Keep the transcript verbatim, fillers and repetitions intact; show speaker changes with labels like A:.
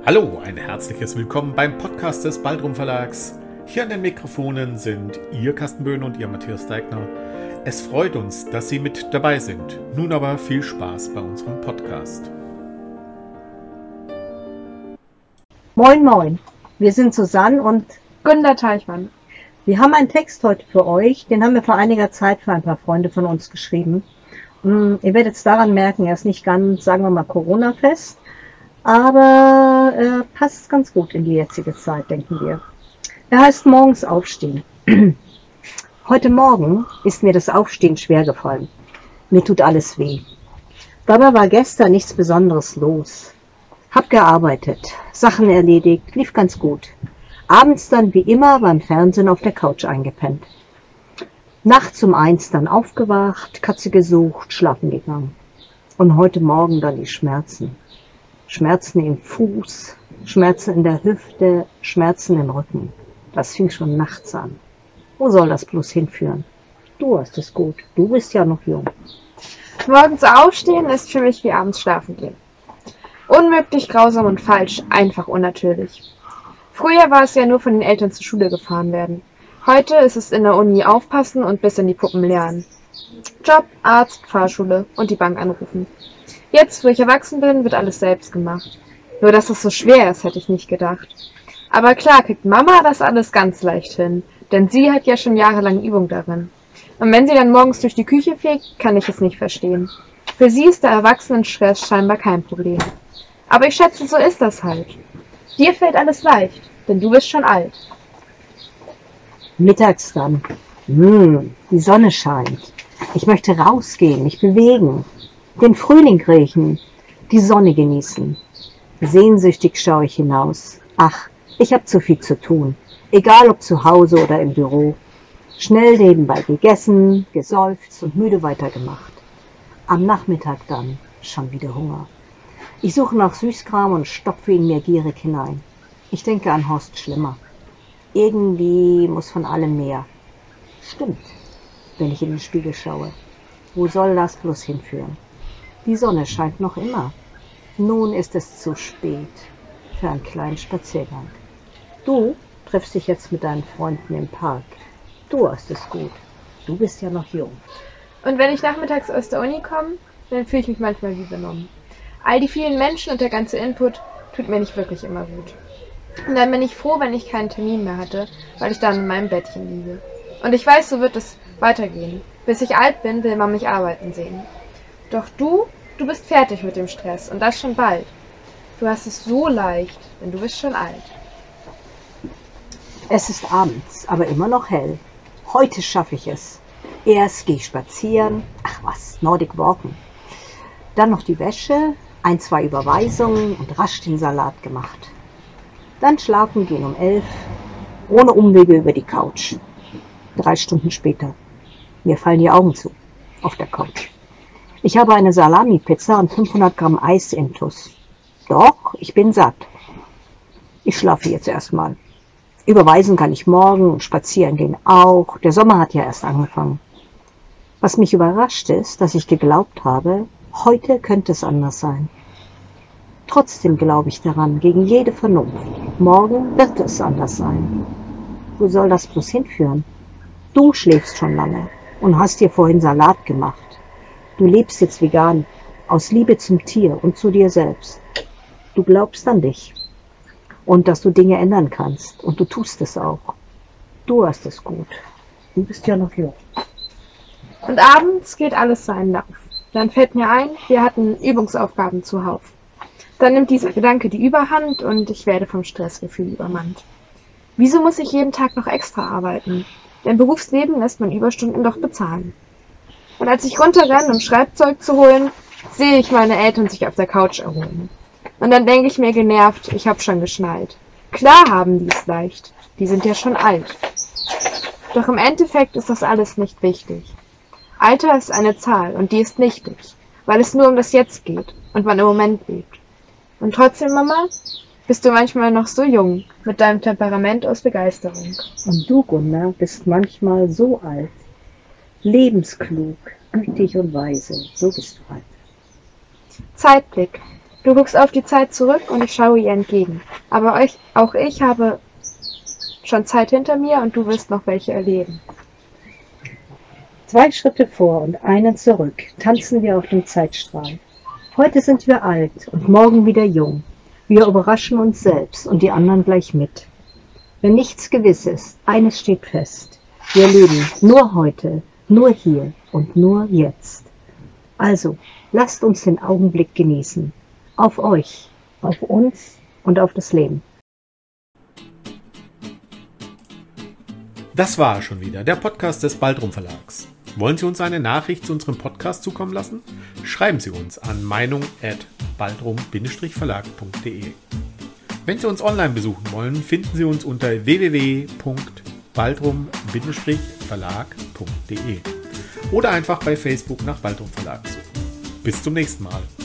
A: Hallo, ein herzliches Willkommen beim Podcast des Baldrum Verlags. Hier an den Mikrofonen sind Ihr Carsten Böhn und Ihr Matthias Deigner. Es freut uns, dass Sie mit dabei sind. Nun aber viel Spaß bei unserem Podcast.
B: Moin Moin, wir sind Susanne und
C: Gunda Teichmann.
B: Wir haben einen Text heute für euch, den haben wir vor einiger Zeit für ein paar Freunde von uns geschrieben. Ihr werdet es daran merken, er ist nicht ganz, sagen wir mal, Corona-fest, aber er passt ganz gut in die jetzige Zeit, denken wir. Er heißt Morgens aufstehen. Heute Morgen ist mir das Aufstehen schwer gefallen. Mir tut alles weh. Dabei war gestern nichts Besonderes los. Hab gearbeitet, Sachen erledigt, lief ganz gut. Abends dann wie immer beim Fernsehen auf der Couch eingepennt. Nachts um eins dann aufgewacht, Katze gesucht, schlafen gegangen. Und heute Morgen dann die Schmerzen. Schmerzen im Fuß, Schmerzen in der Hüfte, Schmerzen im Rücken. Das fing schon nachts an. Wo soll das bloß hinführen? Du hast es gut, du bist ja noch jung.
C: Morgens aufstehen ist für mich wie abends schlafen gehen. Unmöglich, grausam und falsch, einfach unnatürlich. Früher war es ja nur von den Eltern zur Schule gefahren werden. Heute ist es in der Uni aufpassen und bis in die Puppen lernen. Job, Arzt, Fahrschule und die Bank anrufen. Jetzt, wo ich erwachsen bin, wird alles selbst gemacht. Nur, dass es so schwer ist, hätte ich nicht gedacht. Aber klar kriegt Mama das alles ganz leicht hin, denn sie hat ja schon jahrelang Übung darin. Und wenn sie dann morgens durch die Küche fegt, kann ich es nicht verstehen. Für sie ist der Erwachsenenstress scheinbar kein Problem. Aber ich schätze, so ist das halt. Dir fällt alles leicht, denn du bist schon alt.
B: Mittags dann. Hm, die Sonne scheint. Ich möchte rausgehen, mich bewegen, den Frühling riechen, die Sonne genießen. Sehnsüchtig schaue ich hinaus. Ach, ich habe zu viel zu tun, egal ob zu Hause oder im Büro. Schnell nebenbei gegessen, geseufzt und müde weitergemacht. Am Nachmittag dann schon wieder Hunger. Ich suche nach Süßkram und stopfe ihn mir gierig hinein. Ich denke an Horst Schlimmer. Irgendwie muss von allem mehr. Stimmt, wenn ich in den Spiegel schaue. Wo soll das bloß hinführen? Die Sonne scheint noch immer. Nun ist es zu spät für einen kleinen Spaziergang. Du triffst dich jetzt mit deinen Freunden im Park. Du hast es gut. Du bist ja noch jung.
C: Und wenn ich nachmittags aus der Uni komme, dann fühle ich mich manchmal wie benommen. All die vielen Menschen und der ganze Input tut mir nicht wirklich immer gut. Und dann bin ich froh, wenn ich keinen Termin mehr hatte, weil ich dann in meinem Bettchen liege. Und ich weiß, so wird es weitergehen. Bis ich alt bin, will man mich arbeiten sehen. Doch du, du bist fertig mit dem Stress und das schon bald. Du hast es so leicht, denn du bist schon alt.
B: Es ist abends, aber immer noch hell. Heute schaffe ich es. Erst gehe ich spazieren, ach was, Nordic Walken. Dann noch die Wäsche, ein, zwei Überweisungen und rasch den Salat gemacht. Dann schlafen gehen um elf, ohne Umwege über die Couch. Drei Stunden später. Mir fallen die Augen zu, auf der Couch. Ich habe eine Salami-Pizza und fünfhundert Gramm Eis intus. Doch, ich bin satt. Ich schlafe jetzt erstmal. Überweisen kann ich morgen und spazieren gehen auch. Der Sommer hat ja erst angefangen. Was mich überrascht ist, dass ich geglaubt habe, heute könnte es anders sein. Trotzdem glaube ich daran, gegen jede Vernunft. Morgen wird es anders sein. Wo soll das bloß hinführen? Du schläfst schon lange und hast dir vorhin Salat gemacht. Du lebst jetzt vegan, aus Liebe zum Tier und zu dir selbst. Du glaubst an dich und dass du Dinge ändern kannst und du tust es auch. Du hast es gut. Du bist ja noch jung.
C: Und abends geht alles seinen Lauf. Dann fällt mir ein, wir hatten Übungsaufgaben zuhauf. Dann nimmt dieser Gedanke die Überhand und ich werde vom Stressgefühl übermannt. Wieso muss ich jeden Tag noch extra arbeiten? Im Berufsleben lässt man Überstunden doch bezahlen. Und als ich runterrenne, um Schreibzeug zu holen, sehe ich meine Eltern sich auf der Couch erholen. Und dann denke ich mir genervt, ich habe schon geschnallt. Klar haben die es leicht, die sind ja schon alt. Doch im Endeffekt ist das alles nicht wichtig. Alter ist eine Zahl und die ist nichtig, weil es nur um das Jetzt geht und man im Moment lebt. Und trotzdem, Mama, bist du manchmal noch so jung, mit deinem Temperament aus Begeisterung.
B: Und du, Gunda, bist manchmal so alt. Lebensklug, gütig und weise, so bist du halt.
C: Zeitblick. Du guckst auf die Zeit zurück und ich schaue ihr entgegen. Aber euch, auch ich habe schon Zeit hinter mir und du wirst noch welche erleben.
B: Zwei Schritte vor und einen zurück tanzen wir auf dem Zeitstrahl. Heute sind wir alt und morgen wieder jung. Wir überraschen uns selbst und die anderen gleich mit. Wenn nichts gewiss ist, eines steht fest. Wir leben nur heute, nur hier und nur jetzt. Also, lasst uns den Augenblick genießen. Auf euch, auf uns und auf das Leben.
A: Das war schon wieder der Podcast des Baldrum Verlags. Wollen Sie uns eine Nachricht zu unserem Podcast zukommen lassen? Schreiben Sie uns an meinung at baldrum verlag punkt de. Wenn Sie uns online besuchen wollen, finden Sie uns unter w w w punkt baldrum verlag punkt de oder einfach bei Facebook nach Baldrum Verlag suchen. Bis zum nächsten Mal.